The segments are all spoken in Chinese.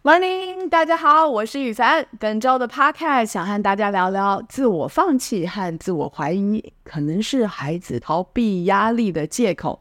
Morning， 大家好，我是雨凡。本周的 Podcast 想和大家聊聊自我放弃和自我怀疑，可能是孩子逃避压力的借口。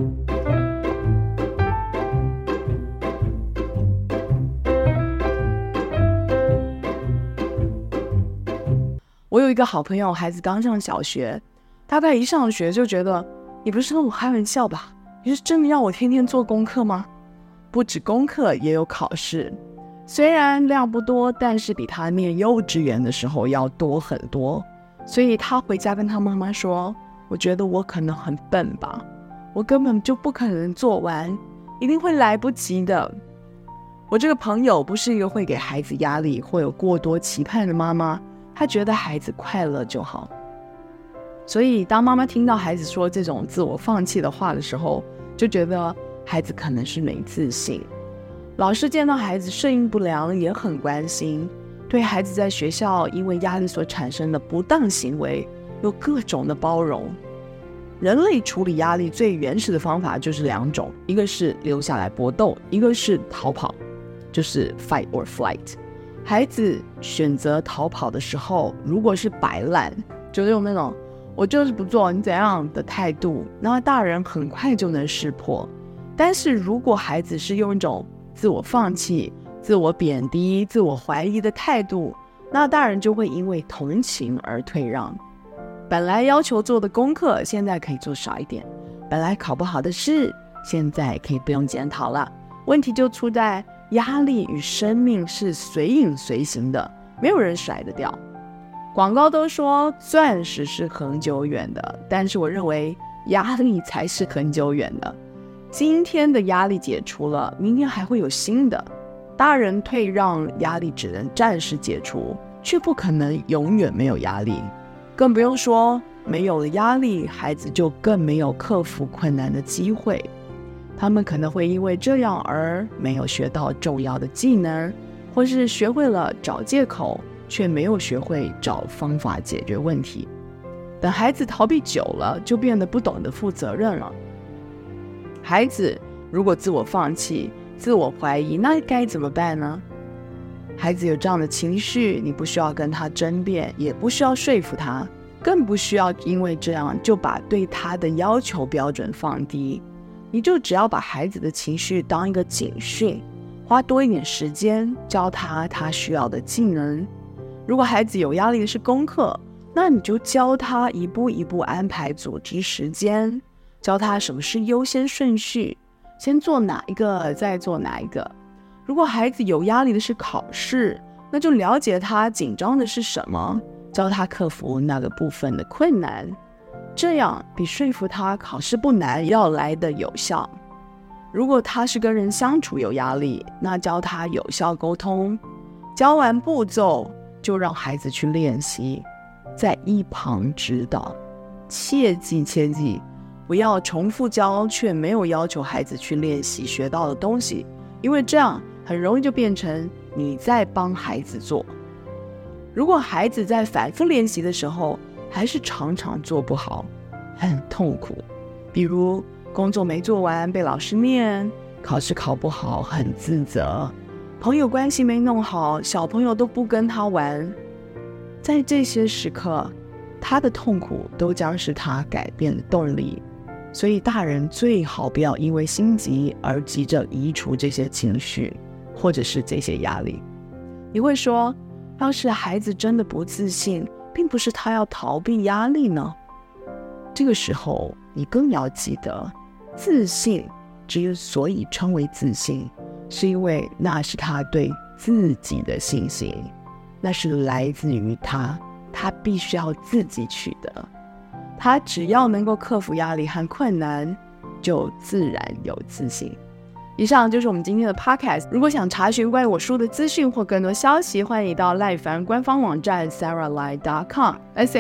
我有一个好朋友，孩子刚上小学，大概一上学就觉得，你不是跟我开玩笑吧？你是真的要我天天做功课吗？不止功课，也有考试。虽然量不多，但是比他念幼稚园的时候要多很多。所以他回家跟他妈妈说，我觉得我可能很笨吧，我根本就不可能做完，一定会来不及的。我这个朋友不是一个会给孩子压力或有过多期盼的妈妈，她觉得孩子快乐就好。所以当妈妈听到孩子说这种自我放弃的话的时候，就觉得孩子可能是没自信。老师见到孩子适应不良也很关心，对孩子在学校因为压力所产生的不当行为有各种的包容。人类处理压力最原始的方法就是两种，一个是留下来搏斗，一个是逃跑，就是 fight or flight。 孩子选择逃跑的时候，如果是摆烂，就是用那种我就是不做你怎样的态度，那大人很快就能识破。但是如果孩子是用一种自我放弃、自我贬低、自我怀疑的态度，那大人就会因为同情而退让。本来要求做的功课，现在可以做少一点；本来考不好的事，现在可以不用检讨了。问题就出在压力与生命是随影随形的，没有人甩得掉。广告都说钻石是恒久远的，但是我认为压力才是恒久远的。今天的压力解除了，明天还会有新的。大人退让，压力只能暂时解除，却不可能永远没有压力。更不用说没有了压力，孩子就更没有克服困难的机会。他们可能会因为这样而没有学到重要的技能，或是学会了找借口，却没有学会找方法解决问题。等孩子逃避久了，就变得不懂得负责任了。孩子如果自我放弃、自我怀疑，那该怎么办呢？孩子有这样的情绪，你不需要跟他争辩，也不需要说服他，更不需要因为这样就把对他的要求标准放低。你就只要把孩子的情绪当一个警讯，花多一点时间教他需要的技能。如果孩子有压力的是功课，那你就教他一步一步安排组织时间，教他什么是优先顺序，先做哪一个再做哪一个。如果孩子有压力的是考试，那就了解他紧张的是什么，教他克服那个部分的困难，这样比说服他考试不难要来得有效。如果他是跟人相处有压力，那教他有效沟通，教完步骤就让孩子去练习，在一旁指导。切记不要重复教却没有要求孩子去练习学到的东西，因为这样很容易就变成你在帮孩子做。如果孩子在反复练习的时候还是常常做不好，很痛苦，比如工作没做完被老师念，考试考不好很自责，朋友关系没弄好，小朋友都不跟他玩，在这些时刻他的痛苦都将是他改变的动力。所以大人最好不要因为心急而急着移除这些情绪或者是这些压力。你会说，要是孩子真的不自信，并不是他要逃避压力呢？这个时候你更要记得，自信之所以称为自信，是因为那是他对自己的信心，那是来自于他必须要自己取得。他只要能够克服压力和困难，就自然有自信。以上就是我们今天的 podcast。 如果想查询关于我书的资讯或更多消息，欢迎到赖凡官方网站 saralye.com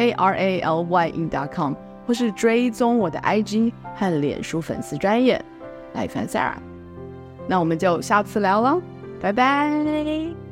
saralye.com， 或是追踪我的 IG 和脸书粉丝专页赖凡 Sarah。那我们就下次聊了，拜拜。